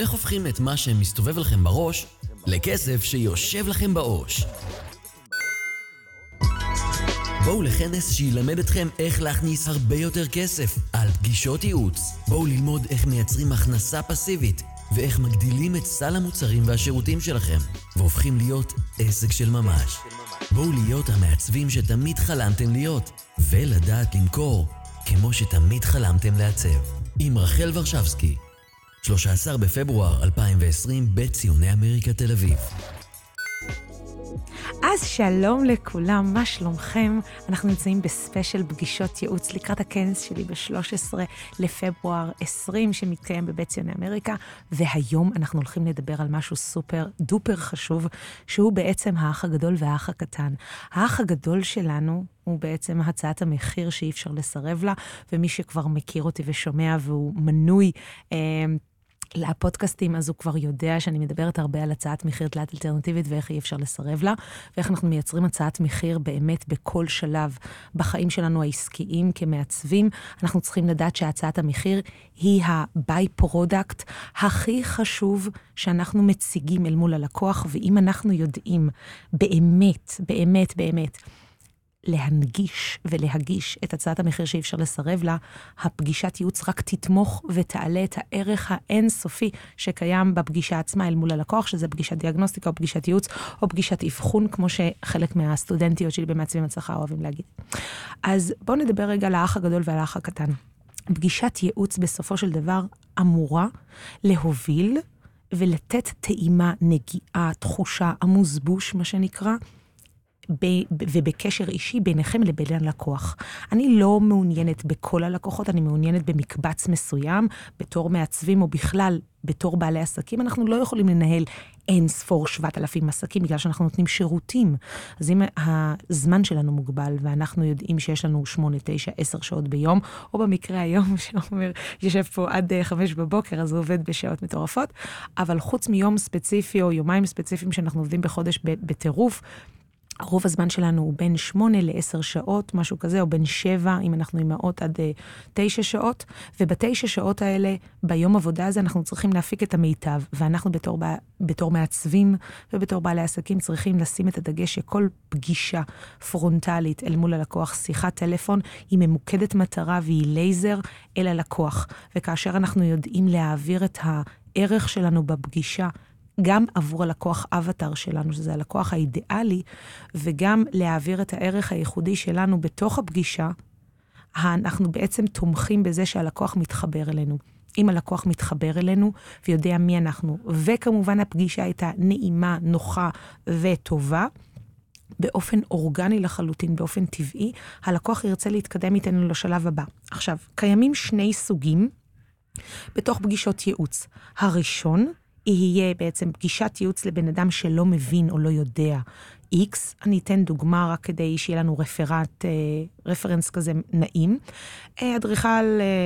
איך הופכים את מה שמסתובב לכם בראש לכסף שיושב לכם בעו"ש? בואו לכנס שילמד אתכם איך להכניס הרבה יותר כסף על פגישות ייעוץ. בואו ללמוד איך מייצרים הכנסה פסיבית ואיך מגדילים את סל המוצרים והשירותים שלכם והופכים להיות עסק של ממש. בואו להיות המעצבים שתמיד חלמתם להיות ולדעת למכור כמו שתמיד חלמתם לעצב. עם רחל ורשבסקי, 13 בפברואר 2020 בציוני אמריקה תל אביב. אז שלום לכולם, מה שלומכם? אנחנו נמצאים בספיישל פגישות ייעוץ לקראת הכנס שלי ב-13 לפברואר 20 שמתקיים בבית ציוני אמריקה, והיום אנחנו הולכים לדבר על משהו סופר דופר חשוב, שהוא בעצם האח הגדול והאח הקטן. האח הגדול שלנו הוא בעצם הצעת המחיר שאי אפשר לסרב לה, ומי שכבר מכיר אותי ושומע והוא מנוי לפודקאסטים, אז הוא כבר יודע שאני מדברת הרבה על הצעת מחיר תלת אלטרנטיבית ואיך אי אפשר לסרב לה, ואיך אנחנו מייצרים הצעת מחיר באמת בכל שלב בחיים שלנו העסקיים כמעצבים. אנחנו צריכים לדעת שהצעת המחיר היא הביי פרודקט הכי חשוב שאנחנו מציגים אל מול הלקוח, ואם אנחנו יודעים באמת להנגיש ולהגיש את הצעת המחיר שאי אפשר לסרב לה, הפגישת ייעוץ רק תתמוך ותעלה את הערך האינסופי שקיים בפגישה עצמה אל מול הלקוח, שזה פגישת דיאגנוסטיקה או פגישת ייעוץ או פגישת אבחון, כמו שחלק מהסטודנטיות שלי במעצבים הצלחה אוהבים להגיד. אז בואו נדבר רגע על האח הגדול ועל האח הקטן. פגישת ייעוץ בסופו של דבר אמורה להוביל ולתת טעימה, נגיעה, תחושה, המוזבוש, מה שנקרא, ובקשר אישי ביניכם לבין הלקוח. אני לא מעוניינת בכל הלקוחות, אני מעוניינת במקבץ מסוים, בתור מעצבים או בכלל בתור בעלי עסקים. אנחנו לא יכולים לנהל אין ספור 7,000 עסקים, בגלל שאנחנו נותנים שירותים. אז אם הזמן שלנו מוגבל, ואנחנו יודעים שיש לנו 8, 9, 10 שעות ביום, או במקרה היום שאומר, יושב פה עד 5 בבוקר, אז הוא עובד בשעות מטורפות, אבל חוץ מיום ספציפי או יומיים ספציפיים שאנחנו עובדים בחודש בטירוף, רוב הזמן שלנו הוא בין 8 ל-10 שעות, משהו כזה, או בין 7, אם אנחנו אימהות, עד 9 שעות, וב9 שעות האלה, ביום עבודה הזה, אנחנו צריכים להפיק את המיטב, ואנחנו בתור מעצבים ובתור בעלי עסקים צריכים לשים את הדגש שכל פגישה פרונטלית אל מול הלקוח, שיחת טלפון, היא ממוקדת מטרה והיא לייזר אל הלקוח, וכאשר אנחנו יודעים להעביר את הערך שלנו בפגישה, גם עבור הלקוח אבטר שלנו, שזה הלקוח האידיאלי, וגם להעביר את הערך הייחודי שלנו בתוך הפגישה, אנחנו בעצם תומכים בזה שהלקוח מתחבר אלינו. אם הלקוח מתחבר אלינו ויודע מי אנחנו, וכמובן הפגישה הייתה נעימה, נוחה וטובה, באופן אורגני לחלוטין, באופן טבעי, הלקוח ירצה להתקדם איתנו לשלב הבא. עכשיו, קיימים 2 סוגים בתוך פגישות ייעוץ. הראשון, יהיה בעצם פגישת ייעוץ לבן אדם שלא מבין או לא יודע X. אני אתן דוגמה רק כדי שיהיה לנו רפרנס כזה נעים. אדריכל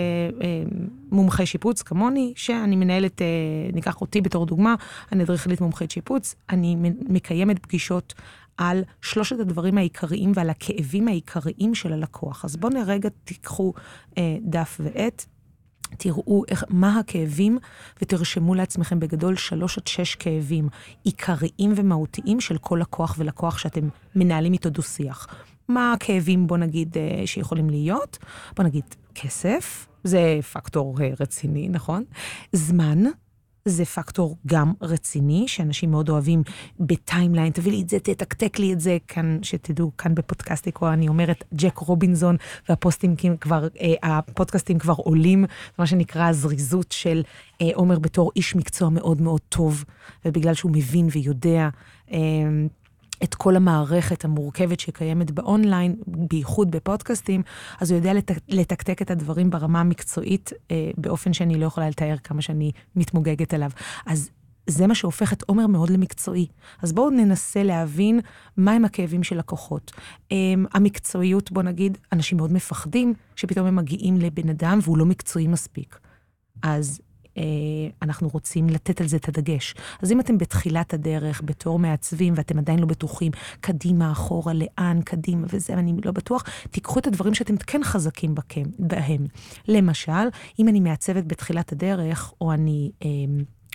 מומחי שיפוץ כמוני, שאני מנהלת, ניקח אותי בתור דוגמה, אני אדריכלית מומחית שיפוץ, אני מקיימת פגישות על 3 הדברים העיקריים ועל הכאבים העיקריים של הלקוח. אז בואו נרגע תיקחו דף ועט, תראו מה הכאבים, ותרשמו לעצמכם בגדול 3 עד 6 כאבים עיקריים ומהותיים של כל לקוח ולקוח שאתם מנהלים איתו דו שיח. מה הכאבים, בוא נגיד, שיכולים להיות? בוא נגיד, כסף, זה פקטור רציני, נכון? זמן, זה פקטור גם רציני, שאנשים מאוד אוהבים בטיימליין, תביא לי את זה, תתקתק לי את זה, כאן, שתדעו, כאן בפודקאסטיקו, אני אומרת ג'ק רובינזון, והפודקאסטים כבר עולים, מה שנקרא הזריזות של עומר בתור איש מקצוע מאוד מאוד טוב, ובגלל שהוא מבין ויודע את כל המערכת המורכבת שקיימת באונליין, בייחוד בפודקאסטים, אז הוא יודע לתקתק את הדברים ברמה המקצועית, באופן שאני לא יכולה לתאר כמה שאני מתמוגגת עליו. אז זה מה שהופך את עומר מאוד למקצועי. אז בואו ננסה להבין מהם הכאבים של לקוחות. המקצועיות, בוא נגיד, אנשים מאוד מפחדים, שפתאום הם מגיעים לבן אדם, והוא לא מקצועי מספיק. אז אנחנו רוצים לתת על זה את הדגש. אז אם אתם בתחילת הדרך, בתור מעצבים, ואתם עדיין לא בטוחים, קדימה, אחורה, לאן, קדימה, וזה, אני לא בטוח, תיקחו את הדברים שאתם כן חזקים בהם. למשל, אם אני מעצבת בתחילת הדרך, או אני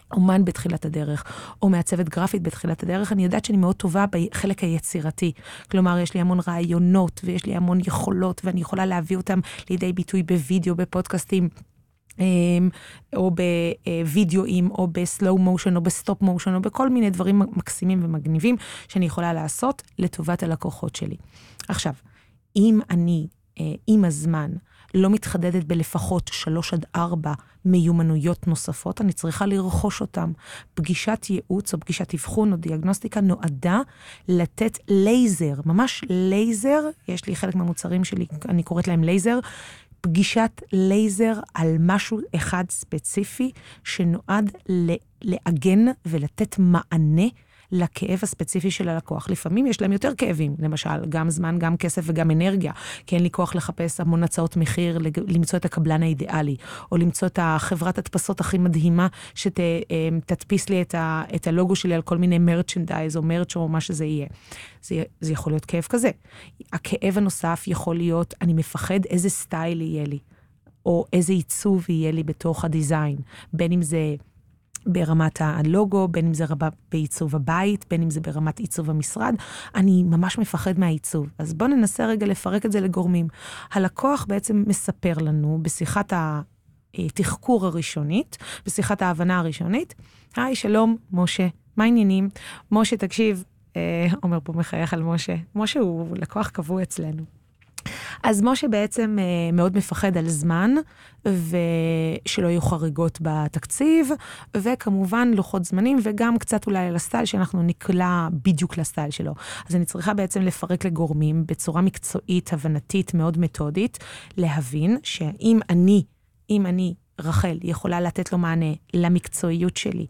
אומן בתחילת הדרך, או מעצבת גרפית בתחילת הדרך, אני יודעת שאני מאוד טובה בחלק היצירתי. כלומר, יש לי המון רעיונות, ויש לי המון יכולות, ואני יכולה להביא אותם לידי ביטוי בווידאו, בפודקאסטים, או בווידאוים, או בסלואו מושן, או בסטופ מושן, או בכל מיני דברים מקסימים ומגניבים, שאני יכולה לעשות לטובת הלקוחות שלי. עכשיו, אם אני, עם הזמן, לא מתחדדת בלפחות 3-4 מיומנויות נוספות, אני צריכה לרכוש אותם. פגישת ייעוץ או פגישת אבחון או דיאגנוסטיקה נועדה לתת לייזר, ממש לייזר, יש לי חלק מהמוצרים שלי, אני קוראת להם לייזר, פגישת לייזר על משהו אחד ספציפי, שנועד לעגן ולתת מענה לכאב הספציפי של הלקוח. לפעמים יש להם יותר כאבים, למשל, גם זמן, גם כסף וגם אנרגיה, כי אין לי כוח לחפש המון הצעות מחיר, למצוא את הקבלן האידיאלי, או למצוא את החברת הדפסות הכי מדהימה, שתדפיס לי את הלוגו שלי על כל מיני מרצ'נדייז, או מרצ' או מה שזה יהיה. זה יכול להיות כאב כזה. הכאב הנוסף יכול להיות, אני מפחד איזה סטייל יהיה לי, או איזה עיצוב יהיה לי בתוך הדיזיין, בין אם זה ברמת הלוגו, בין אם זה בעיצוב הבית, בין אם זה ברמת עיצוב המשרד, אני ממש מפחד מהעיצוב. אז בואו ננסה רגע לפרק את זה לגורמים. הלקוח בעצם מספר לנו בשיחת התחקור הראשונית, בשיחת ההבנה הראשונית, היי, שלום, משה, מה העניינים? משה, תקשיב, אומר פה מחייך על משה. משה הוא לקוח קבוע אצלנו. אז משה בעצם מאוד מפחד על זמן, ושלא יהיו חריגות בתקציב, וכמובן לוחות זמנים, וגם קצת אולי על הסטייל, שאנחנו נקלע בדיוק לסטייל שלו. אז אני צריכה בעצם לפרק לגורמים, בצורה מקצועית, הבנתית, מאוד מתודית, להבין שאם אני, רחל, יכולה לתת לו מענה למקצועיות שלי,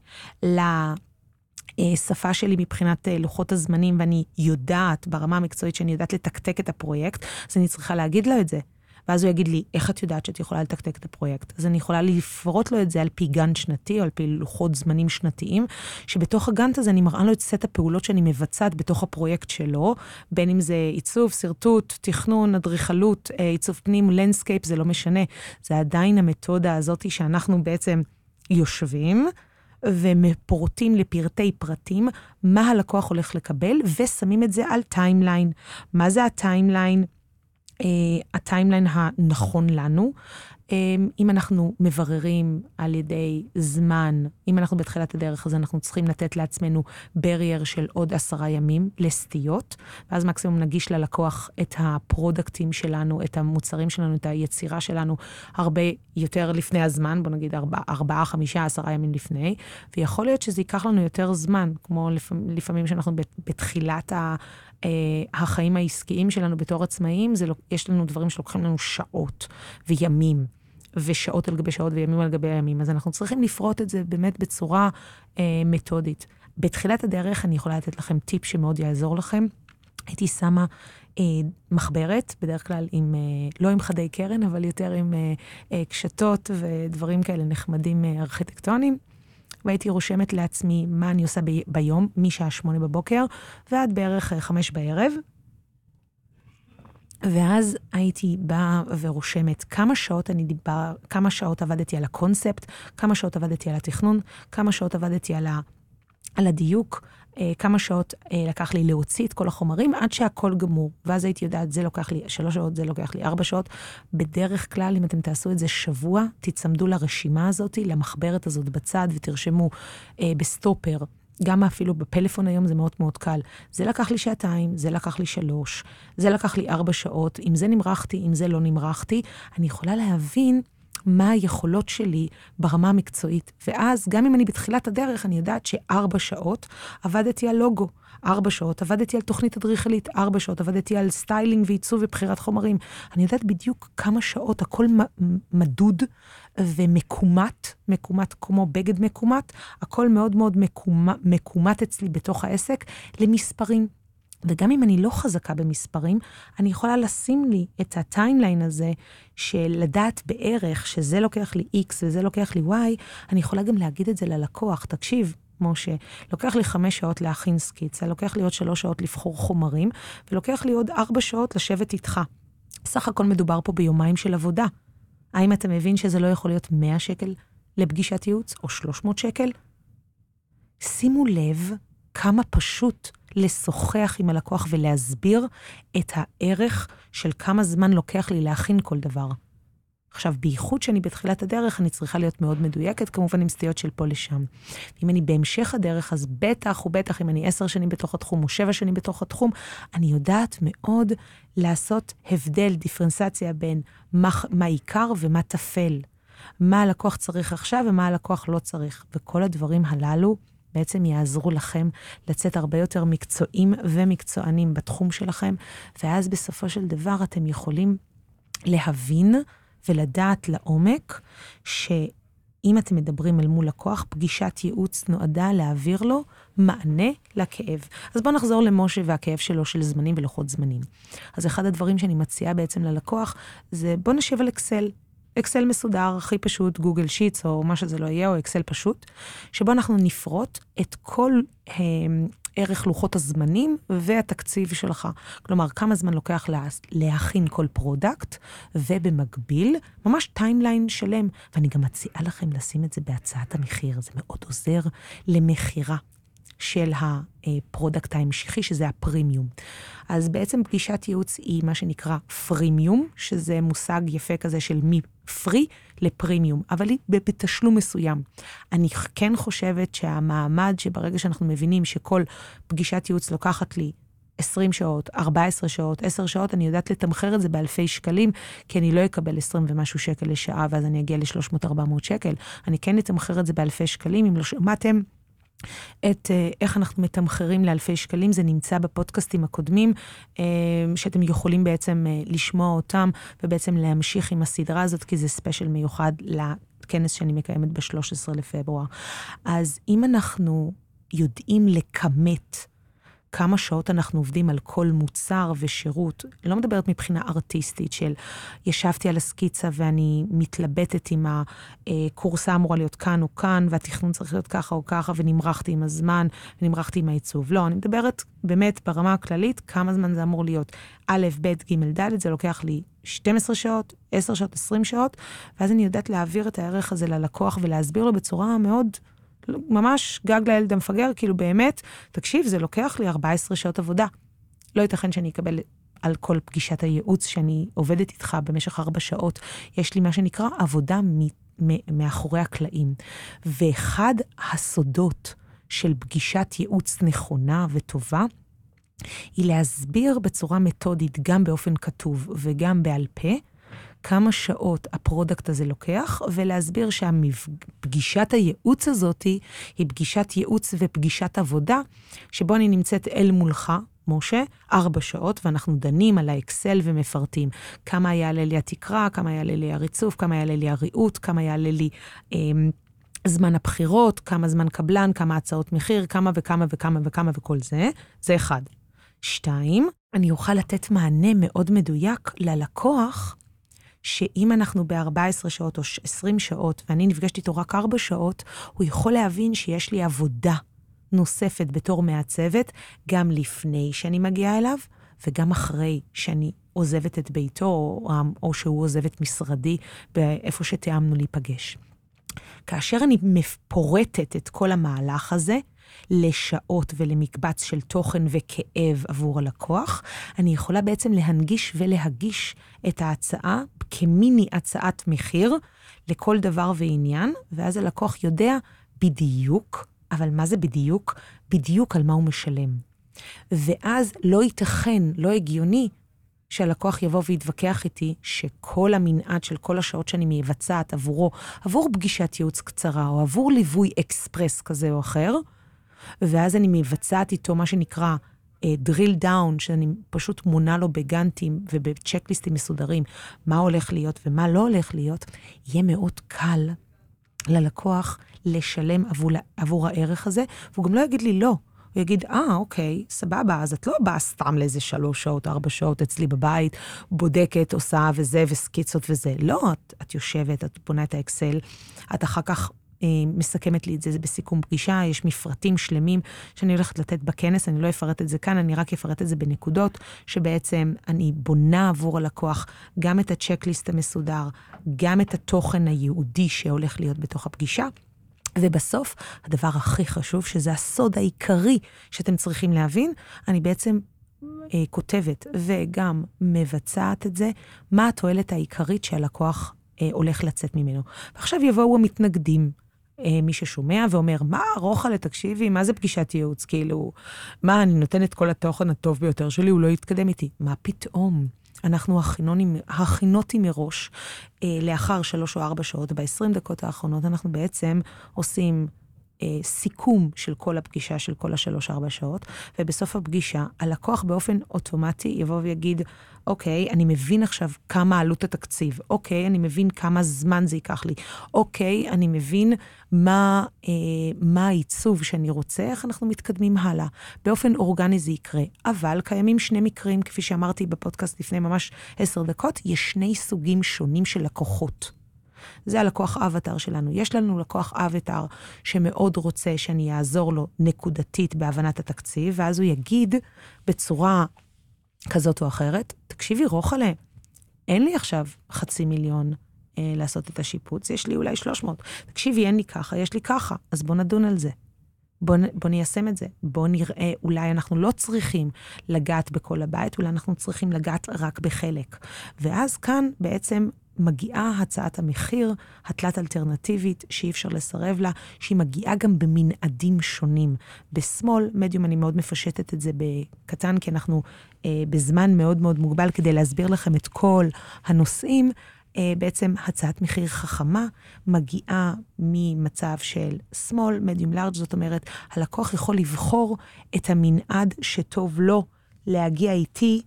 שפה שלי מבחינת לוחות הזמנים, ואני יודעת ברמה המקצועית שאני יודעת לתקתק את הפרויקט, אז אני צריכה להגיד לו את זה. ואז הוא יגיד לי, איך את יודעת שאת יכולה לתקתק את הפרויקט? אז אני יכולה לפרוט לו את זה על פי גאנט שנתי, או על פי לוחות זמנים שנתיים, שבתוך הגאנט הזה אני מראה לו את סט הפעולות שאני מבצעת בתוך הפרויקט שלו, בין אם זה עיצוב, סרטוט, תכנון, אדריכלות, עיצוב פנים, לנדסקייפ, זה לא משנה. זה עדיין המתודה הזאת שאנחנו בעצם יושבים, ומפורטים לפרטי פרטים, מה הלקוח הולך לקבל, ושמים את זה על טיימליין. מה זה הטיימליין? הטיימליין הנכון לנו. אם אנחנו מבררים על ידי זמן, אם אנחנו בתחילת הדרך, אז אנחנו צריכים לתת לעצמנו ברייר של עוד 10 ימים לסטיות, ואז מקסימום נגיש ללקוח את הפרודקטים שלנו, את המוצרים שלנו, את היצירה שלנו, הרבה יותר לפני הזמן, בוא נגיד 4, 5, 10 ימים לפני, ויכול להיות שזה ייקח לנו יותר זמן, כמו לפעמים שאנחנו בתחילת החיים העסקיים שלנו בתור עצמאים, יש לנו דברים שלוקחים לנו שעות וימים, ושעות על גבי שעות וימים על גבי הימים, אז אנחנו צריכים לפרוט את זה באמת בצורה מתודית. בתחילת הדרך אני יכולה לתת לכם טיפ שמאוד יעזור לכם. הייתי שמה מחברת, בדרך כלל לא עם חדי קרן, אבל יותר עם קשתות ודברים כאלה נחמדים ארכיטקטוניים, והייתי רושמת לעצמי מה אני עושה ביום, משעה 8 בבוקר, ועד בערך 5 בערב, ואז הייתי באה ורושמת כמה שעות עבדתי על הקונספט, כמה שעות עבדתי על התכנון, כמה שעות עבדתי על הדיוק, כמה שעות לקח לי להוציא את כל החומרים, עד שהכל גמור. ואז הייתי יודעת, זה לוקח לי 3 שעות, זה לוקח לי 4 שעות. בדרך כלל, אם אתם תעשו את זה שבוע, תצמדו לרשימה הזאת, למחברת הזאת בצד, ותרשמו בסטופר, גם אפילו בפלאפון היום זה מאוד מאוד קל. זה לקח לי 2 זה לקח לי 3, זה לקח לי 4 שעות, אם זה נמרחתי, אם זה לא נמרחתי, אני יכולה להבין מה היכולות שלי ברמה המקצועית. ואז גם אם אני בתחילת הדרך, אני יודעת ש4 שעות עבדתי על לוגו, 4 שעות עבדתי על תוכנית אדריכלית, 4 שעות עבדתי על סטיילינג ועיצוב ובחירת חומרים. אני יודעת בדיוק כמה שעות, הכל מדוד ומקומט כמו בגד מקומט, הכל מאוד מאוד מקומט אצלי בתוך העסק למספרים. וגם אם אני לא חזקה במספרים, אני יכולה לשים לי את הטיימליין הזה, של לדעת בערך שזה לוקח לי X וזה לוקח לי Y, אני יכולה גם להגיד את זה ללקוח, תקשיב, משה, לוקח לי 5 שעות להכין סקיצה, לוקח לי עוד 3 שעות לבחור חומרים, ולוקח לי עוד 4 שעות לשבת איתך. סך הכל מדובר פה ביומיים של עבודה. האם אתה מבין שזה לא יכול להיות 100 שקל לפגישת ייעוץ, או 300 שקל? שימו לב כמה פשוט לשוחח עם הלקוח ולהסביר את הערך של כמה זמן לוקח לי להכין כל דבר. עכשיו, בייחוד שאני בתחילת הדרך, אני צריכה להיות מאוד מדויקת, כמובן עם סטיות של פה לשם. אם אני בהמשך הדרך, אז בטח ובטח, אם אני 10 שנים בתוך התחום או 7 שנים בתוך התחום, אני יודעת מאוד לעשות הבדל, דיפרנציאציה בין מה עיקר ומה תפל. מה הלקוח צריך עכשיו ומה הלקוח לא צריך. וכל הדברים הללו בעצם יעזרו לכם לצאת הרבה יותר מקצועיים ומקצוענים בתחום שלכם, ואז בסופו של דבר אתם יכולים להבין ולדעת לעומק שאם אתם מדברים אל מול לקוח, פגישת ייעוץ נועדה להעביר לו מענה לכאב. אז בואו נחזור למשה והכאב שלו של זמנים ולוחות זמנים. אז אחד הדברים שאני מציעה בעצם ללקוח זה בואו נשב על אקסל. אקסל מסודר, הכי פשוט, גוגל שיטס או מה שזה לא יהיה, או אקסל פשוט, שבו אנחנו נפרוט את כל ערך לוחות הזמנים והתקציב שלך. כלומר, כמה זמן לוקח להכין כל פרודקט, ובמקביל, ממש טיימליין שלם. ואני גם מציעה לכם לשים את זה בהצעת המחיר. זה מאוד עוזר למחירה של הפרודקט ההמשכי, שזה הפרימיום. אז בעצם פגישת ייעוץ היא מה שנקרא פרימיום, שזה מושג יפה כזה של מפרי לפרימיום, אבל היא בתשלום מסוים. אני כן חושבת שהמעמד שברגע שאנחנו מבינים שכל פגישת ייעוץ לוקחת לי 20 שעות, 14 שעות, 10 שעות, אני יודעת לתמחר את זה באלפי שקלים, כי אני לא אקבל 20 ומשהו שקל לשעה, ואז אני אגיע ל-300-400 שקל. אני כן אתמחר את זה באלפי שקלים, אם לא שמעתם, איך אנחנו מתמחרים לאלפי שקלים, זה נמצא בפודקאסטים הקודמים, שאתם יכולים בעצם לשמוע אותם, ובעצם להמשיך עם הסדרה הזאת, כי זה ספיישל מיוחד לכנס שאני מקיימת ב-13 לפברואר. אז אם אנחנו יודעים לכמת כמה שעות אנחנו עובדים על כל מוצר ושירות, לא מדברת מבחינה ארטיסטית של ישבתי על הסקיצה ואני מתלבטת עם הקורסה אמורה להיות כאן או כאן, והתכנון צריך להיות ככה או ככה, ונמרחתי עם הזמן, ונמרחתי עם העיצוב. לא, אני מדברת באמת ברמה הכללית, כמה זמן זה אמור להיות. א', ב', ג', ד', זה לוקח לי 12 שעות, 10 שעות, 20 שעות, ואז אני יודעת להעביר את הערך הזה ללקוח ולהסביר לו בצורה מאוד ממש גג לילד המפגר, כאילו באמת, תקשיב, זה לוקח לי 14 שעות עבודה. לא ייתכן שאני אקבל על כל פגישת הייעוץ שאני עובדת איתך במשך 4 שעות. יש לי מה שנקרא עבודה מאחורי הקלעים. ואחד הסודות של פגישת ייעוץ נכונה וטובה, היא להסביר בצורה מתודית, גם באופן כתוב וגם בעל פה, כמה שעות הפרודקט הזה לוקח, ולהסביר שהפגישת הייעוץ הזאת היא פגישת ייעוץ ופגישת עבודה, שבו אני נמצאת אל מולך, משה, 4 שעות, ואנחנו דנים על האקסל ומפרטים כמה יעלה לי התקרה, כמה יעלה לי הריצוף, כמה יעלה לי הריהוט, כמה יעלה לי זמן הבחירות, כמה זמן קבלן, כמה הצעות מחיר, כמה וכמה וכמה וכמה וכל זה. זה 1. 2, אני אוכל לתת מענה מאוד מדויק ללקוח, שאם אנחנו ב-14 שעות או 20 שעות, ואני נפגשת איתו רק 4 שעות, הוא יכול להבין שיש לי עבודה נוספת בתור מעצבת, גם לפני שאני מגיעה אליו, וגם אחרי שאני עוזבת את ביתו, או שהוא עוזב את משרדי, באיפה שתיאמנו להיפגש. כאשר אני פורטת את כל המהלך הזה, לשעות ולמקבץ של תוכן וכאב עבור הלקוח, אני יכולה בעצם להנגיש ולהגיש את ההצעה כמיני הצעת מחיר לכל דבר ועניין, ואז הלקוח יודע בדיוק, אבל מה זה בדיוק? בדיוק על מה הוא משלם. ואז לא ייתכן, לא הגיוני, שהלקוח יבוא ויתווכח איתי שכל המנעד של כל השעות שאני מבצעת עבורו, עבור פגישת ייעוץ קצרה, או עבור ליווי אקספרס כזה או אחר, ואז אני מבצעת איתו מה שנקרא drill down, שאני פשוט מונה לו בגנטים ובצ'קליסטים מסודרים, מה הולך להיות ומה לא הולך להיות, יהיה מאוד קל ללקוח לשלם עבור הערך הזה, והוא גם לא יגיד לי לא, הוא יגיד, אוקיי, סבבה, אז את לא באה סתם לאיזה 3 שעות, 4 שעות אצלי בבית, בודקת, עושה וזה, וסקיצות וזה. לא, את יושבת, את בונה את האקסל, את אחר כך מסכמת לי את זה בסיכום פגישה, יש מפרטים שלמים שאני הולכת לתת בכנס, אני לא אפרט את זה כאן, אני רק אפרט את זה בנקודות, שבעצם אני בונה עבור הלקוח גם את הצ'קליסט המסודר, גם את התוכן הייעודי שהולך להיות בתוך הפגישה, ובסוף, הדבר הכי חשוב, שזה הסוד העיקרי שאתם צריכים להבין, אני בעצם כותבת וגם מבצעת את זה, מה התועלת העיקרית שהלקוח הולך לצאת ממנו. ועכשיו יבואו המתנגדים, מי ששומע ואומר, מה, רוחלה, תקשיבי, מה זה פגישת ייעוץ? כאילו, מה, אני נותנת כל התוכן הטוב ביותר שלי, הוא לא יתקדם איתי. מה פתאום? אנחנו הכינותי מראש, לאחר 3 או 4 שעות, ב-20 דקות האחרונות, אנחנו בעצם עושים סיכום של כל הפגישה, של כל 3-4 שעות, ובסוף הפגישה, הלקוח באופן אוטומטי יבוא ויגיד, אוקיי, אני מבין עכשיו כמה עלות התקציב, אוקיי, אני מבין כמה זמן זה ייקח לי, אוקיי, אני מבין מה העיצוב שאני רוצה, איך אנחנו מתקדמים הלאה. באופן אורגני זה יקרה, אבל קיימים 2 מקרים, כפי שאמרתי בפודקאסט לפני ממש 10 דקות, יש 2 סוגים שונים של לקוחות. זה הלקוח אבטר שלנו. יש לנו לקוח אבטר שמאוד רוצה שאני אעזור לו נקודתית בהבנת התקציב, ואז הוא יגיד בצורה כזאת או אחרת, תקשיבי רוחלה, אין לי עכשיו 500,000 לעשות את השיפוץ, יש לי אולי 300. תקשיבי, אין לי ככה, יש לי ככה, אז בוא נדון על זה. בוא ניישם את זה. בוא נראה, אולי אנחנו לא צריכים לגעת בכל הבית, אולי אנחנו צריכים לגעת רק בחלק. ואז כאן בעצם מגיעה הצעת המחיר, התלת אלטרנטיבית, שאי אפשר לסרב לה, שהיא מגיעה גם במנעדים שונים. בשמאל, מדיום, אני מאוד מפשטת את זה בקטן, כי אנחנו בזמן מאוד מאוד מוגבל, כדי להסביר לכם את כל הנושאים. בעצם הצעת מחיר חכמה מגיעה ממצב של small, medium, large, זאת אומרת, הלקוח יכול לבחור את המנעד שטוב לו להגיע איתי,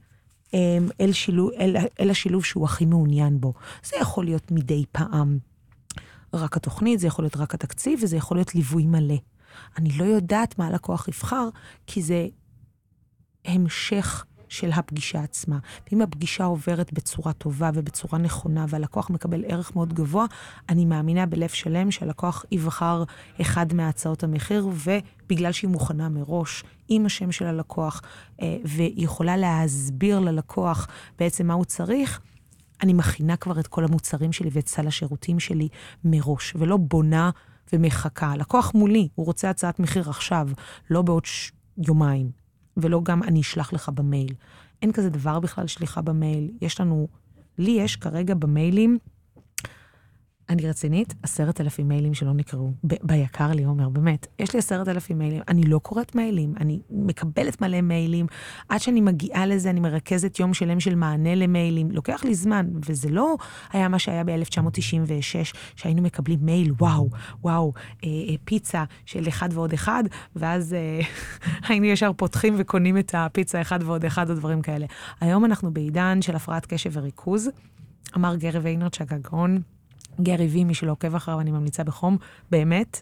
אל השילוב שהוא הכי מעוניין בו. זה יכול להיות מדי פעם רק התוכנית, זה יכול להיות רק התקציב, וזה יכול להיות ליווי מלא. אני לא יודעת מה הלקוח יבחר, כי זה המשך של הפגישה עצמה. ואם הפגישה עוברת בצורה טובה ובצורה נכונה, והלקוח מקבל ערך מאוד גבוה, אני מאמינה בלב שלם שהלקוח יבחר אחד מהצעות המחיר, ובגלל שהיא מוכנה מראש עם השם של הלקוח, ויכולה להסביר ללקוח בעצם מה הוא צריך, אני מכינה כבר את כל המוצרים שלי ואת סל השירותים שלי מראש, ולא בונה ומחכה. הלקוח מולי, הוא רוצה הצעת מחיר עכשיו, לא בעוד יומיים. ולא גם אני אשלח לך במייל. אין כזה דבר בכלל שליחה במייל. לי יש כרגע במיילים, אני רצינית, 10,000 מיילים שלא נקראו. ביקר לי, אומר, באמת. יש לי 10,000 מיילים. אני לא קוראת מיילים, אני מקבלת מלא מיילים. עד שאני מגיעה לזה, אני מרכזת יום שלם של מענה למיילים. לוקח לי זמן, וזה לא היה מה שהיה ב-1996, שהיינו מקבלים מייל, וואו, פיצה של 1 ועוד 1, ואז היינו ישר פותחים וקונים את הפיצה 1 ועוד 1, או דברים כאלה. היום אנחנו בעידן של הפרעת קשב וריכוז. אמר גרי ויינרצ'ק הגאון, גרי וי, מי שלא עוקב אחריו, אני ממליצה בחום, באמת,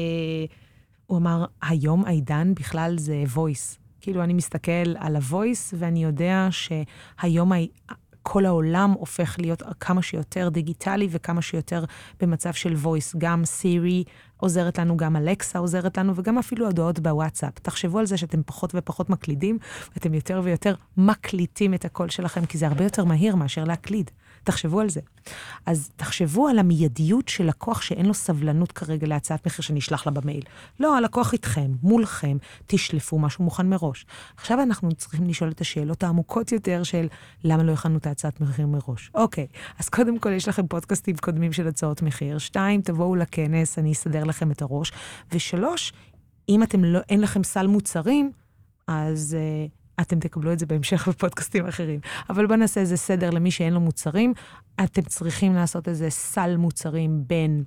הוא אמר, היום העידן בכלל זה voice. כאילו אני מסתכל על ה-voice, ואני יודע שהיום כל העולם הופך להיות כמה שיותר דיגיטלי, וכמה שיותר במצב של voice. גם סירי עוזרת לנו, גם אלקסה עוזרת לנו, וגם אפילו הודעות בוואטסאפ. תחשבו על זה שאתם פחות ופחות מקלידים, ואתם יותר ויותר מקליטים את הקול שלכם, כי זה הרבה יותר מהיר מאשר להקליד. תחשבו על זה. אז תחשבו על המיידיות של לקוח שאין לו סבלנות כרגע להצעת מחיר שנשלח לה במייל. לא, הלקוח איתכם, מולכם, תשלפו משהו מוכן מראש. עכשיו אנחנו צריכים לשאול את השאלות העמוקות יותר של למה לא הכנו את הצעת מחיר מראש. אוקיי, אז קודם כל יש לכם פודקאסטים קודמים של הצעות מחיר. 2, תבואו לכנס, אני אסדר לכם את הראש. ו3, אם אין לכם סל מוצרים, אז אתם תקבלו את זה בהמשך בפודקאסטים אחרים. אבל בוא נעשה איזה סדר למי שאין לו מוצרים. אתם צריכים לעשות איזה סל מוצרים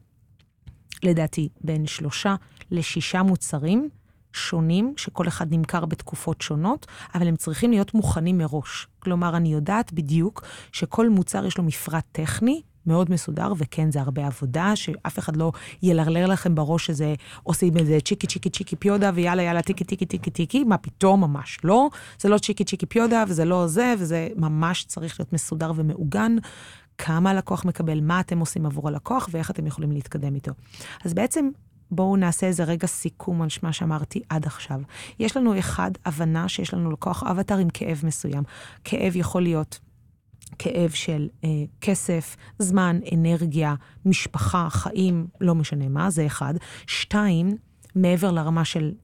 לדעתי, בין 3 ל6 מוצרים שונים, שכל אחד נמכר בתקופות שונות, אבל הם צריכים להיות מוכנים מראש. כלומר, אני יודעת בדיוק שכל מוצר יש לו מפרט טכני, מאוד מסודר, וכן, זה הרבה עבודה, שאף אחד לא ילרלר לכם בראש שזה עושים איזה צ'יקי פיודה, ויאללה, טיקי, מה פתאום ממש לא, זה לא צ'יקי פיודה, וזה לא זה, וזה ממש צריך להיות מסודר ומעוגן, כמה הלקוח מקבל, מה אתם עושים עבור הלקוח, ואיך אתם יכולים להתקדם איתו. אז בעצם, בואו נעשה איזה רגע סיכום על מה שאמרתי עד עכשיו. יש לנו הבנה שיש לנו לקוח אבטר עם כאב מסוים. כאב יכול להיות כאב של כסף, זמן, אנרגיה, משפחה, חיים, לא משנה מה, זה אחד. 2, מעבר לרמה של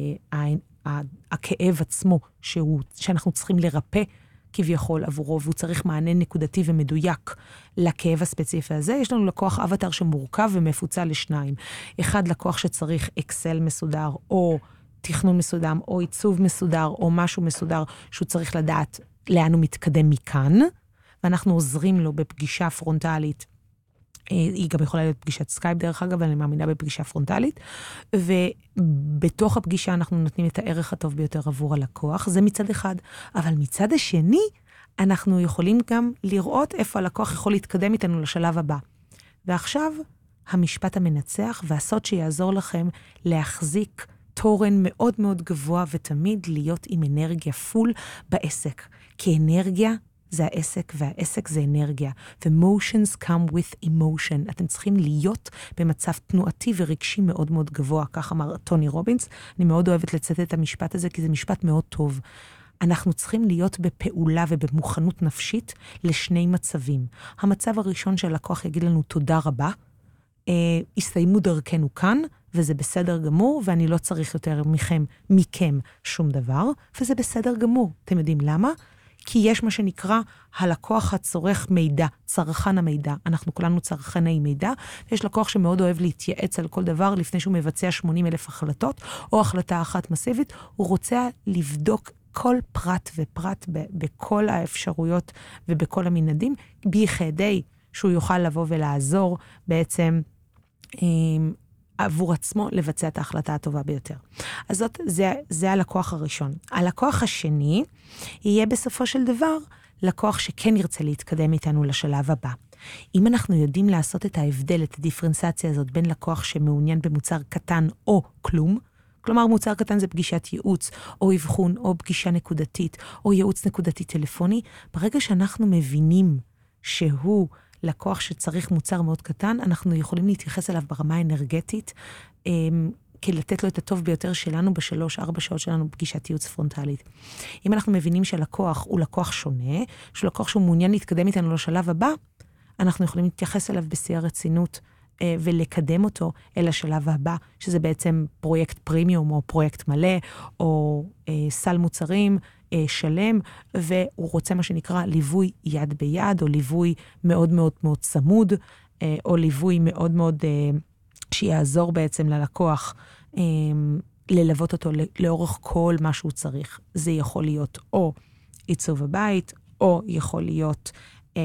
הכאב עצמו, שאנחנו צריכים לרפא כביכול עבורו, והוא צריך מענה נקודתי ומדויק לכאב הספציפי הזה. יש לנו לקוח אבטר שמורכב ומפוצל לשניים. אחד, לקוח שצריך אקסל מסודר, או תכנון מסודר, או עיצוב מסודר, או משהו מסודר, שהוא צריך לדעת לאן הוא מתקדם מכאן, ואנחנו עוזרים לו בפגישה פרונטלית. היא גם יכולה להיות פגישת סקייפ דרך אגב, אני מאמינה בפגישה פרונטלית, ובתוך הפגישה אנחנו נותנים את הערך הטוב ביותר עבור הלקוח, זה מצד אחד, אבל מצד השני, אנחנו יכולים גם לראות איפה הלקוח יכול להתקדם איתנו לשלב הבא. ועכשיו, המשפט המנצח, והסוד שיעזור לכם להחזיק תורן מאוד מאוד גבוה, ותמיד להיות עם אנרגיה פול בעסק. כי אנרגיה זה העסק, והעסק זה אנרגיה. ו-motions come with emotion. אתם צריכים להיות במצב תנועתי ורגשי מאוד מאוד גבוה, כך אמר טוני רובינס. אני מאוד אוהבת לצאת את המשפט הזה, כי זה משפט מאוד טוב. אנחנו צריכים להיות בפעולה ובמוכנות נפשית לשני מצבים. המצב הראשון שהלקוח יגיד לנו תודה רבה, הסתיימו דרכנו כאן, וזה בסדר גמור, ואני לא צריך יותר מכם שום דבר, וזה בסדר גמור. אתם יודעים למה? כי יש מה שנקרא הלקוח הצורך מידע, צרכן המידע. אנחנו כולנו צרכני מידע, ויש לקוח שמאוד אוהב להתייעץ על כל דבר לפני שהוא מבצע 80,000 החלטות, או החלטה אחת מסיבית, הוא רוצה לבדוק כל פרט ופרט בכל האפשרויות ובכל המנעדים, בכדי שהוא יוכל לבוא ולעזור בעצם עבור עצמו לבצע את ההחלטה הטובה ביותר. אז זה הלקוח הראשון. הלקוח השני יהיה בסופו של דבר לקוח שכן ירצה להתקדם איתנו לשלב הבא. אם אנחנו יודעים לעשות את ההבדל, את הדיפרנציאציה הזאת בין לקוח שמעוניין במוצר קטן או כלום, כלומר מוצר קטן זה פגישת ייעוץ או אבחון או פגישה נקודתית או ייעוץ נקודתי טלפוני, ברגע שאנחנו מבינים שהוא לקוח שצריך מוצר מאוד קטן, אנחנו יכולים להתייחס אליו ברמה האנרגטית, כי לתת לו את הטוב ביותר שלנו ב3-4 שעות שלנו בפגישת ייעוץ פרונטלית. אם אנחנו מבינים שהלקוח הוא לקוח שונה, שהוא לקוח שהוא מעוניין להתקדם איתנו לשלב הבא, אנחנו יכולים להתייחס אליו בשיא הרצינות, ולקדם אותו אל השלב הבא, שזה בעצם פרויקט פרימיום, או פרויקט מלא, או סל מוצרים שלם, והוא רוצה מה שנקרא ליווי יד ביד, או ליווי מאוד מאוד מאוד צמוד, או ליווי מאוד מאוד שיעזור בעצם ללקוח ללוות אותו לאורך כל מה שהוא צריך. זה יכול להיות או עיצוב הבית, או יכול להיות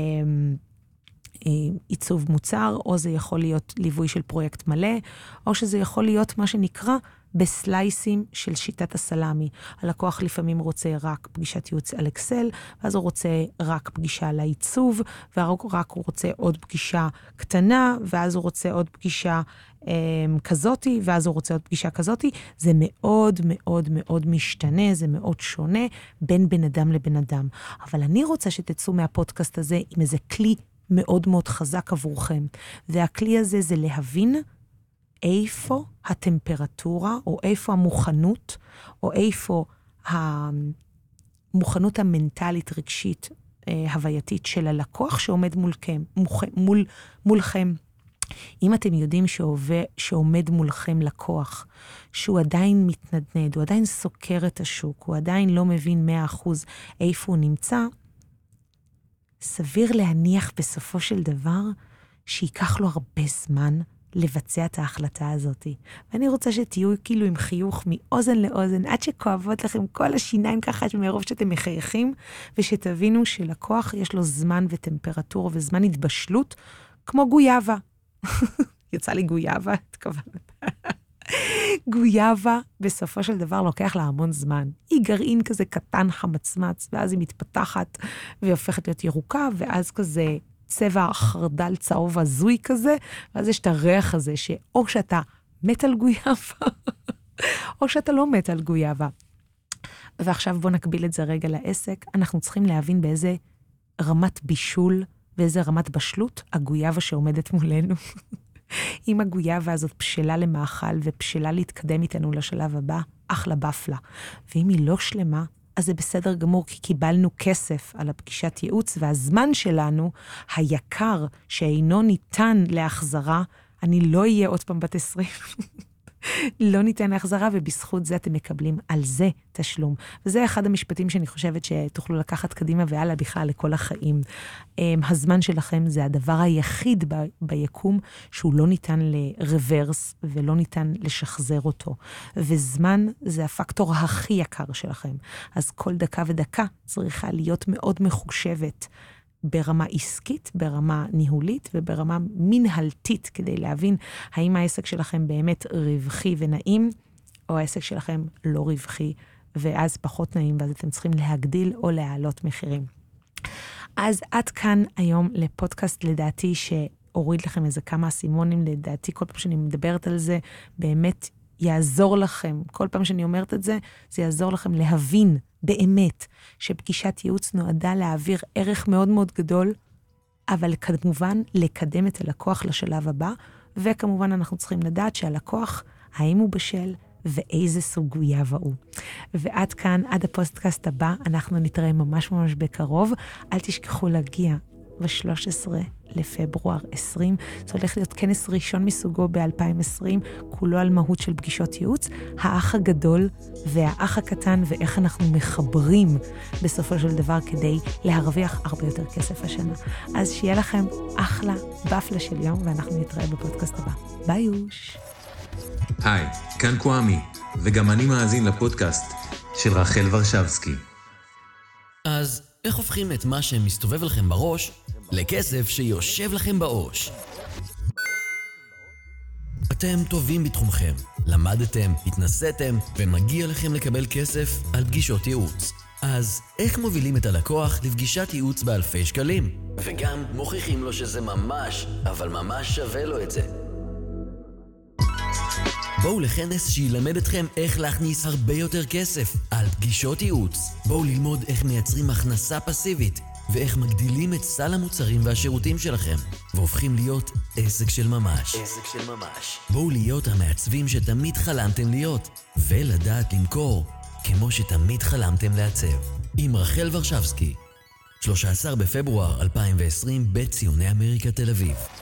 עיצוב מוצר, או זה יכול להיות ליווי של פרויקט מלא, או שזה יכול להיות מה שנקרא בסלייסים של שיטת הסלאמי. הלקוח לפעמים רוצה רק פגישת ייעוץ על אקסל, ואז הוא רוצה רק פגישה על העיצוב, ורק הוא רוצה עוד פגישה קטנה, ואז הוא רוצה עוד פגישה כזאתי, ואז הוא רוצה עוד פגישה כזאתי. זה מאוד מאוד מאוד משתנה, זה מאוד שונה בין בן אדם לבן אדם. אבל אני רוצה שתצאו מהפודקאסט הזה עם איזה כלי מאוד מאוד חזק עבורכם. והכלי הזה זה להבין איפה הטמפרטורה, או איפה המוכנות, או איפה המוכנות המנטלית, רגשית, הווייתית של הלקוח שעומד מולכם. אם אתם יודעים שעומד מולכם לקוח, שהוא עדיין מתנדנד, הוא עדיין סוקר את השוק, הוא עדיין לא מבין 100% איפה הוא נמצא, סביר להניח בסופו של דבר שייקח לו הרבה זמן לבצע את ההחלטה הזאת. ואני רוצה שתהיו כאילו עם חיוך מאוזן לאוזן, עד שכואבות לכם כל השיניים ככה מרוב שאתם מחייכים, ושתבינו שלקוח יש לו זמן וטמפרטורה וזמן התבשלות, כמו גויאבה. יצא לי גויאבה, התכוונת. גויאבה בסופו של דבר לוקח לה המון זמן. היא גרעין כזה קטן חמצמץ, ואז היא מתפתחת והיא הופכת להיות ירוקה, ואז כזה צבע חרדל צהוב הזוי כזה, ואז יש את הריח הזה שאו שאתה מת על גויאבה, או שאתה לא מת על גויאבה. ועכשיו בוא נקביל את זה רגע לעסק. אנחנו צריכים להבין באיזה רמת בישול ואיזה רמת בשלות הגויאבה שעומדת מולנו. אם הגויאבה הזאת בשלה למאכל ופשלה להתקדם איתנו לשלב הבא, אחלה בפלה. ואם היא לא שלמה, אז זה בסדר גמור, כי קיבלנו כסף על הפגישת ייעוץ, והזמן שלנו, היקר שאינו ניתן להחזרה, אני לא אהיה עוד פעם בת 20. לא ניתן להחזרה, ובזכות זה אתם מקבלים על זה תשלום. וזה אחד המשפטים שאני חושבת שתוכלו לקחת קדימה והלאה בכלל לכל החיים. הזמן שלכם זה הדבר היחיד ביקום שהוא לא ניתן לרוורס ולא ניתן לשחזר אותו. וזמן זה הפקטור הכי יקר שלכם. אז כל דקה ודקה צריכה להיות מאוד מחושבת. ברמה עסקית, ברמה ניהולית וברמה מנהלתית, כדי להבין האם העסק שלכם באמת רווחי ונעים, או העסק שלכם לא רווחי, ואז פחות נעים, ואז אתם צריכים להגדיל או להעלות מחירים. אז עד כאן היום לפודקאסט, לדעתי שהוריד לכם איזה כמה סימונים, לדעתי כל פעם שאני מדברת על זה, באמת יעזור לכם, כל פעם שאני אומרת את זה, זה יעזור לכם להבין באמת שפגישת ייעוץ נועדה להעביר ערך מאוד מאוד גדול, אבל כמובן לקדם את הלקוח לשלב הבא, וכמובן אנחנו צריכים לדעת שהלקוח, האם הוא בשל ואיזה סוג הוא יבואו. ועד כאן, עד הפודקאסט הבא, אנחנו נתראה ממש ממש בקרוב. אל תשכחו להגיע ב-13 לפברואר 20. זה הולך להיות כנס ראשון מסוגו ב-2020, כולו על מהות של פגישות ייעוץ, האח הגדול והאח הקטן, ואיך אנחנו מחברים בסופו של דבר כדי להרוויח הרבה יותר כסף השנה. אז שיהיה לכם אחלה בפלה של יום, ואנחנו נתראה בפודקאסט הבא. ביי יוש. היי, כאן קוואמי, וגם אני מאזין לפודקאסט של רחל ורשבסקי. אז איך הופכים את מה שמסתובב לכם בראש לכסף שיושב לכם בעו"ש? אתם טובים בתחומכם, למדתם, התנסיתם, ומגיע לכם לקבל כסף על פגישות ייעוץ. אז איך מובילים את הלקוח לפגישת ייעוץ באלפי שקלים? וגם מוכיחים לו שזה ממש, אבל ממש שווה לו את זה. בואו לכנס שילמד אתכם איך להכניס הרבה יותר כסף על פגישות ייעוץ. בואו ללמוד איך מייצרים הכנסה פסיבית, ואיך מגדילים את סל המוצרים והשירותים שלכם, והופכים להיות עסק של ממש. עסק של ממש. בואו להיות המעצבים שתמיד חלמתם להיות, ולדעת למכור כמו שתמיד חלמתם לעצב. עם רחל ורשבסקי, 13 בפברואר 2020, בית ציוני אמריקה תל אביב.